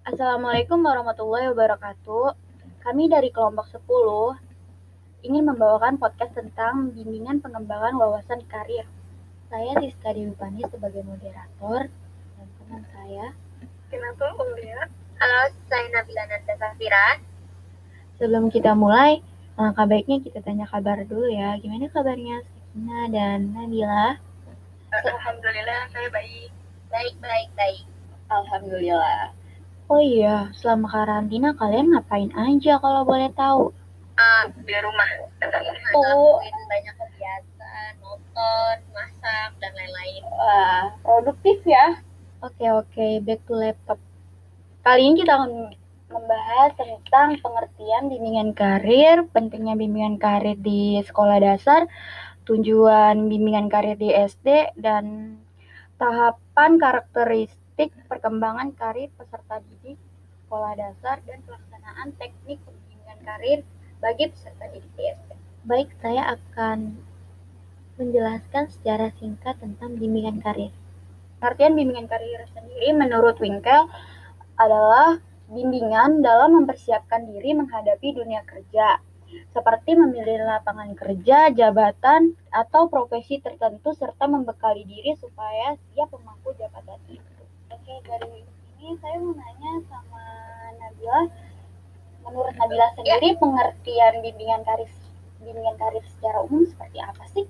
Assalamualaikum warahmatullahi wabarakatuh. Kami dari kelompok 10 ingin membawakan podcast tentang bimbingan pengembangan wawasan karir. Saya Siska Dewi sebagai moderator dan teman saya. Kenapa Ulia? Halo, saya Nabila Nanda Safira. Sebelum kita mulai, langkah baiknya kita tanya kabar dulu ya. Gimana kabarnya Sakina dan Nabila? Alhamdulillah, saya baik. Baik. Alhamdulillah. Oh iya, selama karantina kalian ngapain aja kalau boleh tahu? Di rumah. Ngelakuin banyak kegiatan, nonton, masak, dan lain-lain. Wah, produktif ya. Oke, back to laptop. Kali ini kita akan membahas tentang pengertian bimbingan karir, pentingnya bimbingan karir di sekolah dasar, tujuan bimbingan karir di SD, dan tahapan karakteristik perkembangan karir peserta didik sekolah dasar dan pelaksanaan teknik bimbingan karir bagi peserta didik di SD. Baik, saya akan menjelaskan secara singkat tentang bimbingan karir. Pengertian bimbingan karir sendiri menurut Winkel adalah bimbingan dalam mempersiapkan diri menghadapi dunia kerja, seperti memilih lapangan kerja, jabatan, atau profesi tertentu, serta membekali diri supaya siap memangku jabatan itu. Oke, dari sini saya mau nanya sama Nabila. Menurut Nabila sendiri, pengertian bimbingan karir secara umum seperti apa sih?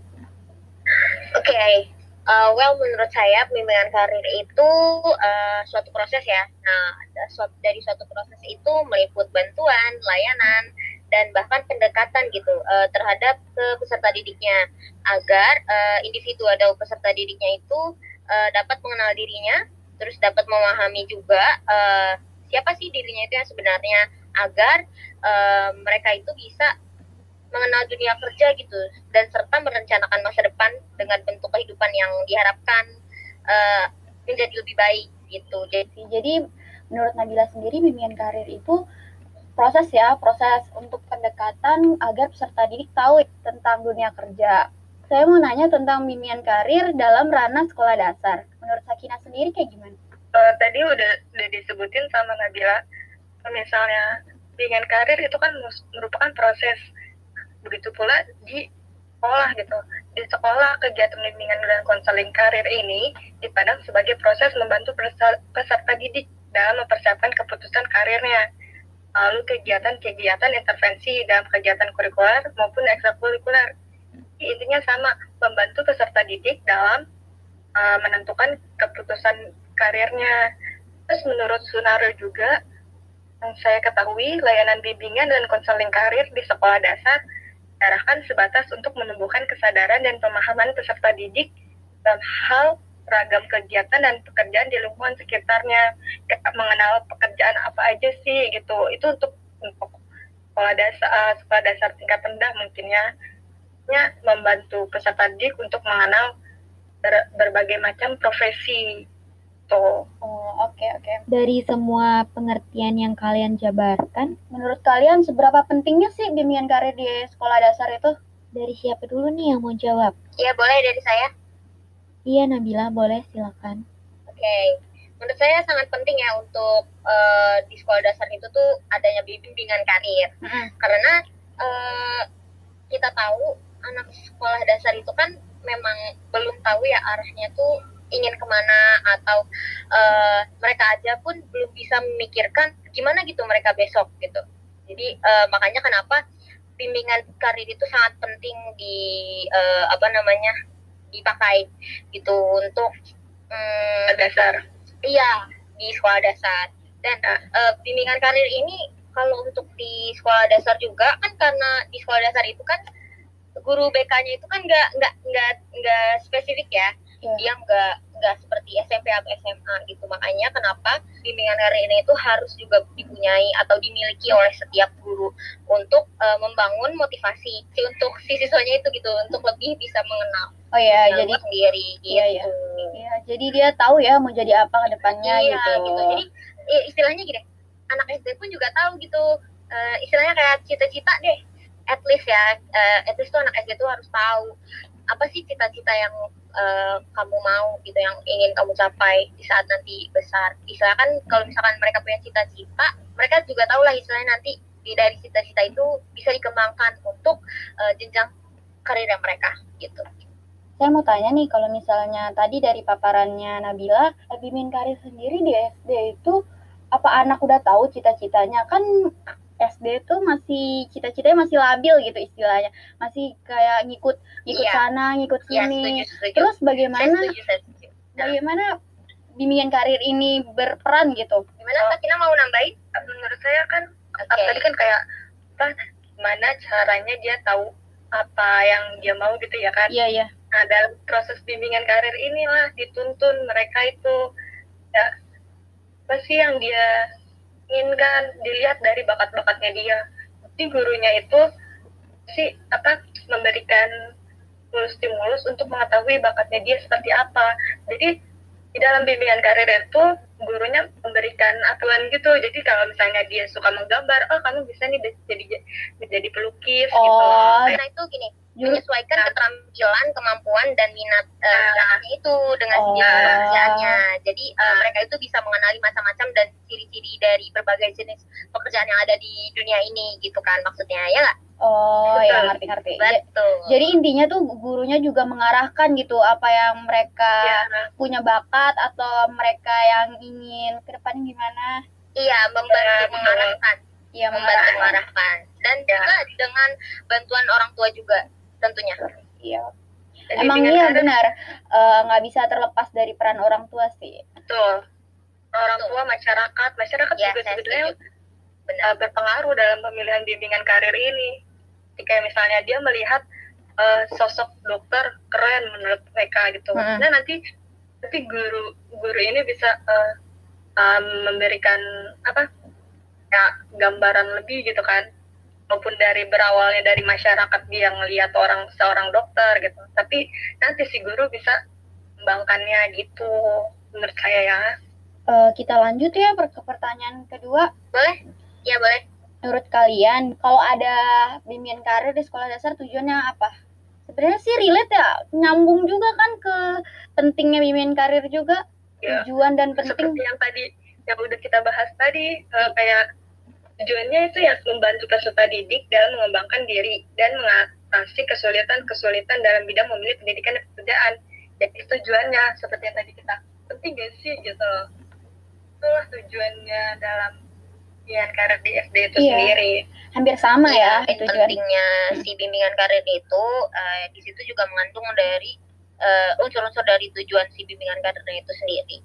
Oke. Menurut saya bimbingan karir itu suatu proses ya. Nah, dari suatu proses itu meliput bantuan, layanan, dan bahkan pendekatan gitu terhadap peserta didiknya agar individu atau peserta didiknya itu dapat mengenal dirinya, terus dapat memahami juga siapa sih dirinya itu yang sebenarnya, agar mereka itu bisa mengenal dunia kerja gitu, dan serta merencanakan masa depan dengan bentuk kehidupan yang diharapkan menjadi lebih baik gitu. Jadi menurut Nabila sendiri bimbingan karir itu proses untuk pendekatan agar peserta didik tahu tentang dunia kerja. Saya mau nanya tentang bimbingan karir dalam ranah sekolah dasar. Menurut Sakina sendiri kayak gimana? Tadi udah disebutin sama Nabila, misalnya bimbingan karir itu kan merupakan proses. Begitu pula di sekolah gitu. Di sekolah, kegiatan bimbingan dan konseling karir ini dipandang sebagai proses membantu peserta didik dalam mempersiapkan keputusan karirnya. Lalu kegiatan intervensi dalam kegiatan kurikuler maupun ekstrakurikuler. Intinya sama, membantu peserta didik dalam menentukan keputusan karirnya. Terus menurut Sunario juga, yang saya ketahui, layanan bimbingan dan konseling karir di sekolah dasar diarahkan sebatas untuk menumbuhkan kesadaran dan pemahaman peserta didik dalam hal ragam kegiatan dan pekerjaan di lingkungan sekitarnya, mengenal pekerjaan apa aja sih gitu. Itu untuk sekolah dasar tingkat rendah mungkin ya membantu peserta didik untuk mengenal berbagai macam profesi. Oke. Dari semua pengertian yang kalian jabarkan, menurut kalian seberapa pentingnya sih bimbingan karir di sekolah dasar itu? Dari siapa dulu nih yang mau jawab? Iya, boleh dari saya. Iya, Nabila, boleh, silakan. Oke. Menurut saya sangat penting ya untuk di sekolah dasar itu tuh adanya bimbingan karir. Karena kita tahu anak sekolah dasar itu kan memang belum tahu ya arahnya tuh ingin kemana, atau mereka aja pun belum bisa memikirkan gimana gitu mereka besok gitu. Jadi makanya kenapa bimbingan karir itu sangat penting dipakai gitu untuk dasar. Iya, di sekolah dasar. Dan bimbingan karir ini kalau untuk di sekolah dasar juga kan, karena di sekolah dasar itu kan guru BK-nya itu kan nggak spesifik ya. Dia nggak seperti SMP atau SMA gitu. Makanya kenapa bimbingan karir ini itu harus juga dipunyai atau dimiliki oleh setiap guru untuk membangun motivasi untuk si siswanya itu gitu, untuk lebih bisa mengenal jadi sendiri gitu. Iya, jadi dia tahu ya mau jadi apa ke depannya gitu. Jadi istilahnya gini, anak SD pun juga tahu gitu, istilahnya kayak cita-cita deh, at least tuh anak SD tuh harus tahu apa sih cita-cita yang kamu mau gitu, yang ingin kamu capai di saat nanti besar. Istilahnya kan kalau misalkan mereka punya cita-cita, mereka juga tahu lah istilahnya nanti dari cita-cita itu bisa dikembangkan untuk jenjang karir mereka gitu. Saya mau tanya nih, kalau misalnya tadi dari paparannya Nabila, bimbingan karir sendiri di SD itu apa anak udah tahu cita-citanya? Kan SD itu masih cita-citanya masih labil gitu istilahnya, masih kayak ngikut sana, ngikut sini. Setuju. Terus bagaimana Saya setuju. bagaimana bimbingan karir ini berperan gitu? Gimana Kak Tina mau nambahin? Menurut saya kan tadi kan kayak apa, gimana caranya dia tahu apa yang dia mau gitu ya kan. Iya. Nah, dalam proses bimbingan karir inilah dituntun mereka itu ya, apa sih yang dia inginkan, dilihat dari bakat-bakatnya dia. Jadi gurunya itu sih apa, memberikan stimulus untuk mengetahui bakatnya dia seperti apa. Jadi di dalam bimbingan karir itu gurunya memberikan aturan gitu. Jadi kalau misalnya dia suka menggambar, oh kamu bisa nih jadi pelukis gitu. Nah itu gini, menyesuaikan keterampilan, kemampuan dan minat itu dengan pekerjaannya. Jadi mereka itu bisa mengenali macam-macam dan ciri-ciri dari berbagai jenis pekerjaan yang ada di dunia ini gitu kan maksudnya, ya nggak? Oh ya, ngerti. Betul. Jadi intinya tuh gurunya juga mengarahkan gitu apa yang mereka punya bakat atau mereka yang ingin ke depannya gimana. Iya, membantu mengarahkan. Iya, membantu mengarahkan. Dan juga dengan bantuan orang tua juga tentunya. Iya. Emang iya benar, nggak bisa terlepas dari peran orang tua sih. Betul. Orang tua, masyarakat ya, juga sebetulnya berpengaruh dalam pemilihan bimbingan karir ini. Jika misalnya dia melihat sosok dokter keren menurut mereka gitu, nah nanti guru ini bisa memberikan apa ya, gambaran lebih gitu kan, maupun dari berawalnya dari masyarakat dia ngelihat seorang dokter gitu, tapi nanti si guru bisa mengembangkannya gitu menurut saya ya. Kita lanjut ya ke pertanyaan kedua. Boleh? Ya boleh. Menurut kalian, kalau ada bimbingan karir di sekolah dasar tujuannya apa? Sebenarnya sih relate ya, nyambung juga kan ke pentingnya bimbingan karir juga, ya, tujuan dan penting. Seperti yang tadi, yang udah kita bahas tadi, kayak tujuannya itu ya membantu peserta didik dalam mengembangkan diri dan mengatasi kesulitan dalam bidang memilih pendidikan dan pekerjaan. Jadi tujuannya seperti yang tadi kita, penting gak sih gitu. Itulah tujuannya dalam bimbingan karir di SD itu sendiri. Hampir sama ya pentingnya si bimbingan karir itu di situ juga mengandung dari unsur-unsur dari tujuan si bimbingan karir itu sendiri.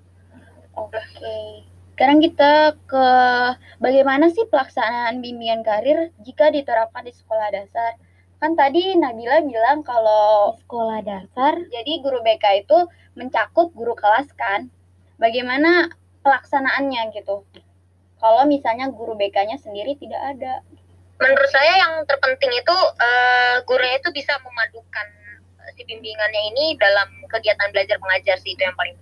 Oke. Sekarang kita ke bagaimana sih pelaksanaan bimbingan karir jika diterapkan di sekolah dasar. Kan tadi Nabila bilang kalau sekolah dasar, jadi guru BK itu mencakup guru kelas kan. Bagaimana pelaksanaannya gitu? Kalau misalnya guru BK-nya sendiri tidak ada. Menurut saya yang terpenting itu gurunya itu bisa memadukan si bimbingannya ini dalam kegiatan belajar mengajar sih, itu yang paling.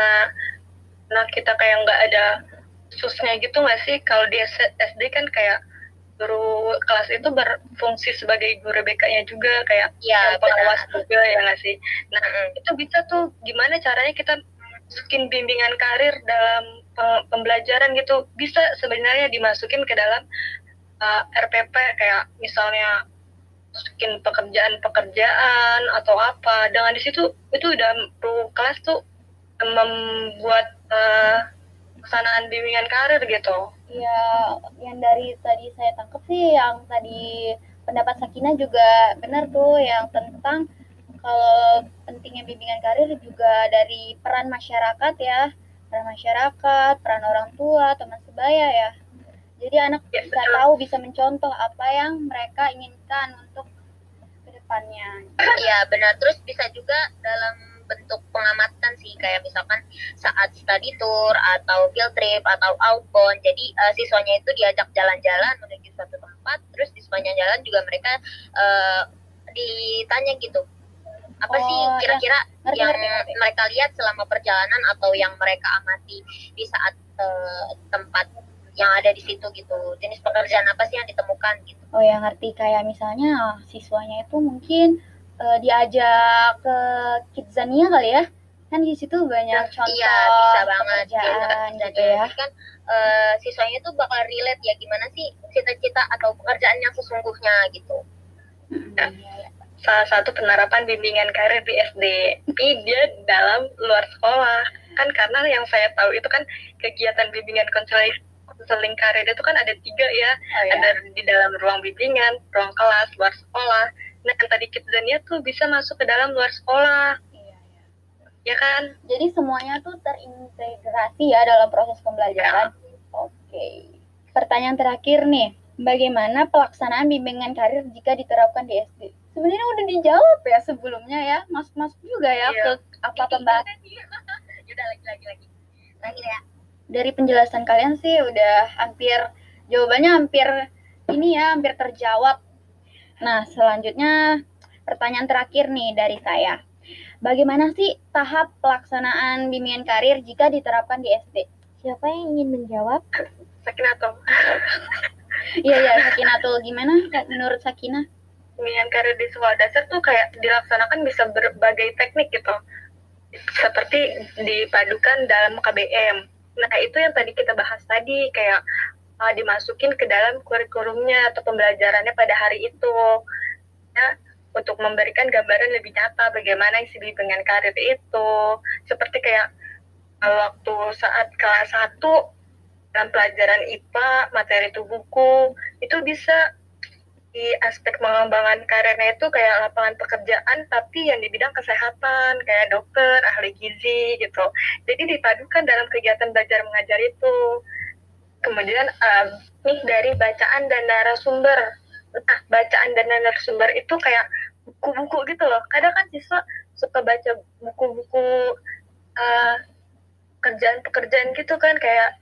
Nah kita kayak nggak ada susnya gitu nggak sih? Kalau di SD kan kayak guru kelas itu berfungsi sebagai guru BK-nya juga, kayak pengawas juga ya nggak sih? Nah itu bisa tuh gimana caranya kita masukin bimbingan karir dalam pembelajaran gitu, bisa sebenarnya dimasukin ke dalam RPP, kayak misalnya masukin pekerjaan atau apa. Dengan di situ itu udah perlu kelas tuh membuat pelaksanaan bimbingan karir gitu. Ya, yang dari tadi saya tangkap sih, yang tadi pendapat Sakina juga benar tuh, yang tentang kalau pentingnya bimbingan karir juga dari peran masyarakat ya, peran masyarakat, peran orang tua, teman sebaya ya. Jadi anak bisa tahu, bisa mencontoh apa yang mereka inginkan untuk kedepannya. Iya benar, terus bisa juga dalam bentuk pengamatan sih, kayak misalkan saat study tour atau field trip atau outbound, jadi siswanya itu diajak jalan-jalan menuju suatu tempat, terus di sepanjang jalan juga mereka ditanya gitu, apa sih kira-kira yang mereka lihat selama perjalanan atau yang mereka amati di saat tempat yang ada di situ gitu, jenis pekerjaan apa sih yang ditemukan gitu. Oh ya, ngerti. Kayak misalnya siswanya itu mungkin diajak ke Kidzania kali ya, kan di situ banyak contoh Iya, bisa banget pekerjaan dan gitu ya. kan siswanya tuh bakal relate ya gimana sih cita-cita atau pekerjaan yang sesungguhnya gitu. Salah satu penerapan bimbingan karir di SDP dia dalam luar sekolah kan, karena yang saya tahu itu kan kegiatan bimbingan konseling karir itu kan ada 3 ya. Ada di dalam ruang bimbingan, ruang kelas, luar sekolah. Nah yang tadi Kidzania tuh bisa masuk ke dalam luar sekolah. Ya kan? Jadi semuanya tuh terintegrasi ya dalam proses pembelajaran. Oke. Pertanyaan terakhir nih, bagaimana pelaksanaan bimbingan karir jika diterapkan di SD? Sebenarnya udah dijawab ya sebelumnya ya, masuk juga ya ke apa pembahasan. Udah lagi ya. Dari penjelasan kalian sih udah jawabannya hampir terjawab. Nah, selanjutnya pertanyaan terakhir nih dari saya. Bagaimana sih tahap pelaksanaan bimbingan karir jika diterapkan di SD? Siapa yang ingin menjawab? Sakinatul. Iya, Sakinatul. Gimana menurut Sakinah? Bimbingan karir di sekolah dasar tuh kayak dilaksanakan bisa berbagai teknik gitu. Seperti dipadukan dalam KBM. Nah, itu yang tadi kita bahas tadi, kayak dimasukin ke dalam kurikulumnya atau pembelajarannya pada hari itu. Ya, untuk memberikan gambaran lebih nyata bagaimana isi bimbingan karir itu. Seperti kayak waktu saat kelas 1 dalam pelajaran IPA, materi itu buku, itu bisa di aspek pengembangan karirnya itu kayak lapangan pekerjaan tapi yang di bidang kesehatan kayak dokter, ahli gizi gitu. Jadi dipadukan dalam kegiatan belajar mengajar itu. Kemudian nih dari bacaan dan narasumber. Nah, bacaan dan narasumber itu kayak buku-buku gitu loh. Kadang kan siswa suka baca buku-buku pekerjaan-pekerjaan gitu kan, kayak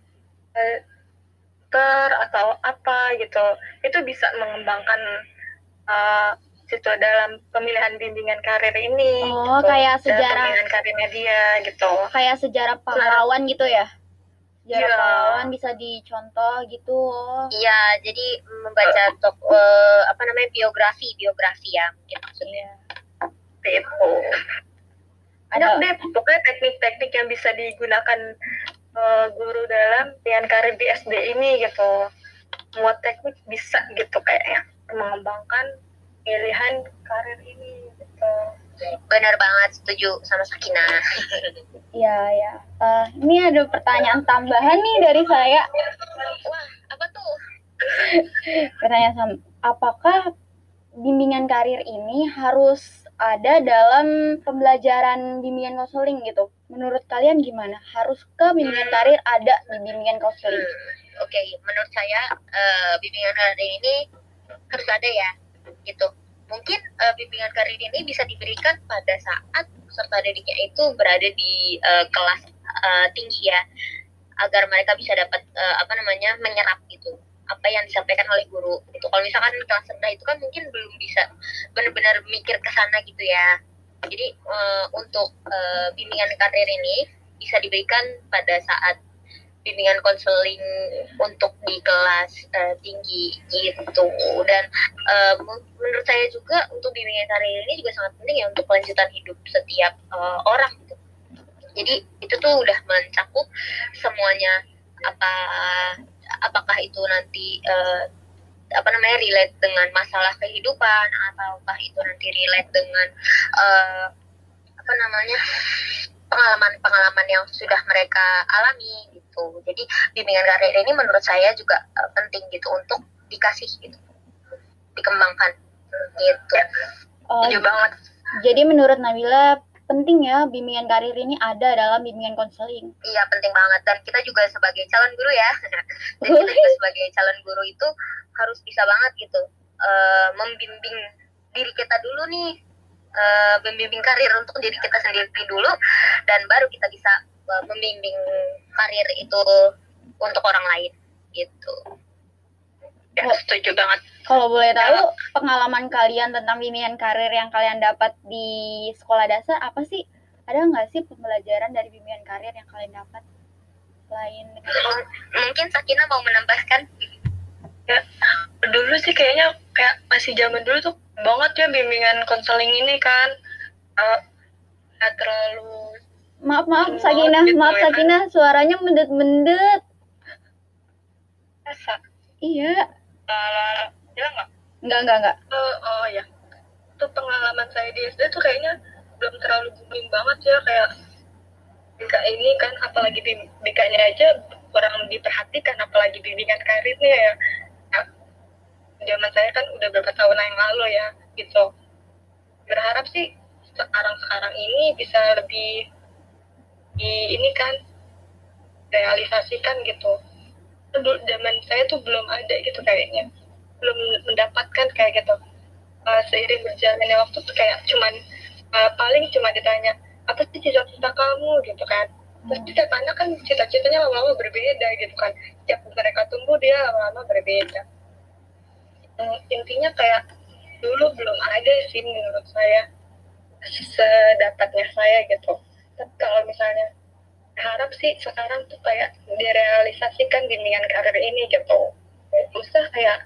atau apa gitu. Itu bisa mengembangkan siswa dalam pemilihan bimbingan karir ini. Oh, gitu. kayak sejarah. Dalam pemilihan karirnya dia gitu. Kayak sejarah pahlawan gitu ya? Sejarah pahlawan bisa dicontoh gitu. Iya, jadi membaca biografi ya mungkin maksudnya. Itu. Ada deh pokoknya teknik-teknik yang bisa digunakan guru dalam pilihan karir di SD ini gitu. Semua teknik bisa gitu kayaknya mengembangkan pilihan karir ini gitu. Benar banget, setuju sama Sakinah. Iya. Ini ada pertanyaan tambahan nih dari saya. Wah, apa tuh? Pertanyaan apakah bimbingan karir ini harus ada dalam pembelajaran bimbingan konseling gitu? Menurut kalian gimana? Haruskah bimbingan karir ada di bimbingan konseling? Oke, menurut saya bimbingan karir ini harus ada ya, gitu. Mungkin bimbingan karir ini bisa diberikan pada saat peserta didiknya itu berada di kelas tinggi ya, agar mereka bisa dapat menyerap gitu apa yang disampaikan oleh guru itu. Kalau misalkan kelas rendah itu kan mungkin belum bisa benar-benar mikir ke sana gitu ya. Jadi untuk bimbingan karir ini bisa diberikan pada saat bimbingan konseling untuk di kelas tinggi gitu. Dan menurut saya juga untuk bimbingan karir ini juga sangat penting ya untuk kelanjutan hidup setiap orang gitu. Jadi itu tuh udah mencakup semuanya, apakah itu nanti relate dengan masalah kehidupan, ataukah itu nanti relate dengan pengalaman yang sudah mereka alami gitu. Jadi bimbingan karir ini menurut saya juga penting gitu untuk dikasih gitu, dikembangkan gitu. Setuju banget. Jadi menurut Nabila penting ya bimbingan karir ini ada dalam bimbingan konseling. Iya, penting banget. Dan kita juga sebagai calon guru ya, dan kita juga sebagai calon guru itu harus bisa banget gitu membimbing diri kita dulu nih, membimbing karir untuk diri kita sendiri dulu, dan baru kita bisa membimbing karir itu untuk orang lain gitu. Ya, setuju banget. Kalau boleh tahu pengalaman kalian tentang bimbingan karir yang kalian dapat di sekolah dasar apa sih? Ada nggak sih pembelajaran dari bimbingan karir yang kalian dapat lain? Mungkin Sakinah mau menambahkan? Ya, dulu sih kayaknya kayak masih zaman dulu tuh banget ya bimbingan konseling ini kan. Nggak terlalu Maaf banget Sakinah, gitu maaf ya kan. Sakinah, suaranya mendet-mendet. Masa? Iya. Bilang nggak? Enggak. Oh ya, itu pengalaman saya di SD tuh kayaknya belum terlalu booming banget ya, kayak BK ini kan, apalagi BK-nya aja kurang diperhatikan, apalagi bimbingan karirnya ya. Nah, zaman saya kan udah berapa tahun yang lalu ya, gitu. Berharap sih sekarang ini bisa lebih ini kan realisasikan gitu. Dulu zaman saya tuh belum ada gitu kayaknya, belum mendapatkan kayak gitu. Seiring berjalannya waktu tuh kayak cuman paling cuma ditanya apa sih cita-cita kamu gitu kan. Terus setiap anak kan cita-citanya lama-lama berbeda gitu kan. Setiap mereka tumbuh dia lama-lama berbeda. Intinya kayak dulu belum ada sih menurut saya, sedapatnya saya gitu. Tapi kalau misalnya harap sih sekarang tuh kayak direalisasikan bimbingan karir ini gitu. Usah kayak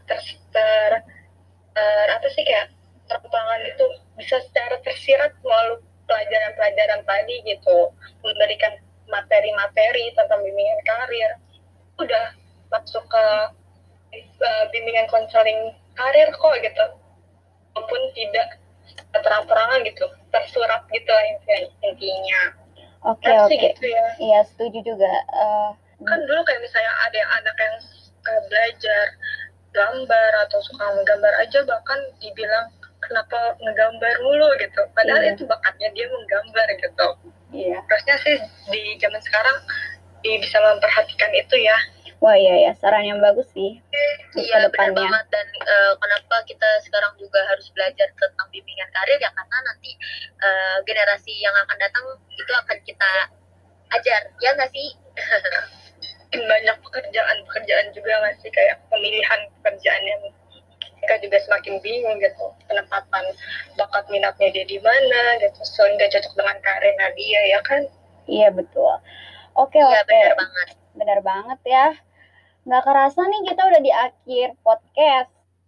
apa sih, kayak terpangan itu bisa secara tersirat melalui pelajaran-pelajaran tadi gitu, memberikan materi-materi tentang bimbingan karir, udah masuk ke bimbingan konseling karir kok gitu, walaupun tidak terang-terangan gitu, tersurat gitu lah intinya. Oke. Gitu ya. Iya, setuju juga. Kan dulu kayak misalnya ada anak yang belajar gambar atau suka menggambar aja bahkan dibilang kenapa ngegambar mulu gitu, padahal Iya. itu bakatnya dia menggambar gitu. Iya. Terusnya sih di zaman sekarang bisa memperhatikan itu ya. Wah iya, saran yang bagus sih. Iya benar banget, dan kenapa kita sekarang juga harus belajar tentang bimbingan karir ya karena nanti generasi yang akan datang itu akan kita ajar, ya nggak sih? Banyak pekerjaan juga nggak sih, kayak pemilihan pekerjaan yang mereka juga semakin bingung gitu, penempatan bakat minatnya dia di mana gitu sehingga cocok dengan karirnya dia ya kan. Iya betul. Oke. Benar banget ya. Nggak kerasa nih kita udah di akhir podcast.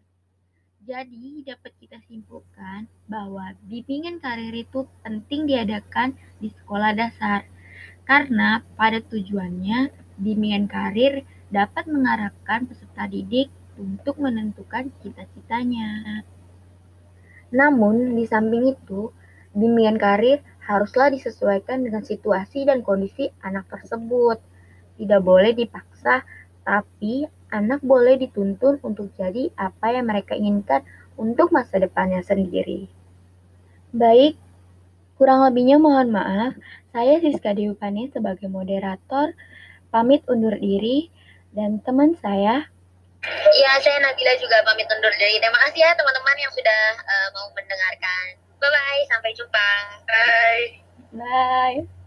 Jadi dapat kita simpulkan bahwa bimbingan karir itu penting diadakan di sekolah dasar. Karena pada tujuannya bimbingan karir dapat mengarahkan peserta didik untuk menentukan cita-citanya. Namun, di samping itu, bimbingan karir haruslah disesuaikan dengan situasi dan kondisi anak tersebut. Tidak boleh dipaksa, tapi anak boleh dituntun untuk jadi apa yang mereka inginkan untuk masa depannya sendiri. Baik, kurang lebihnya mohon maaf. Saya Siska Dewupani sebagai moderator, pamit undur diri, dan teman saya. Iya, saya Nabila juga pamit undur diri. Terima kasih ya teman-teman yang sudah mau mendengarkan. Bye-bye, sampai jumpa. Bye. Bye.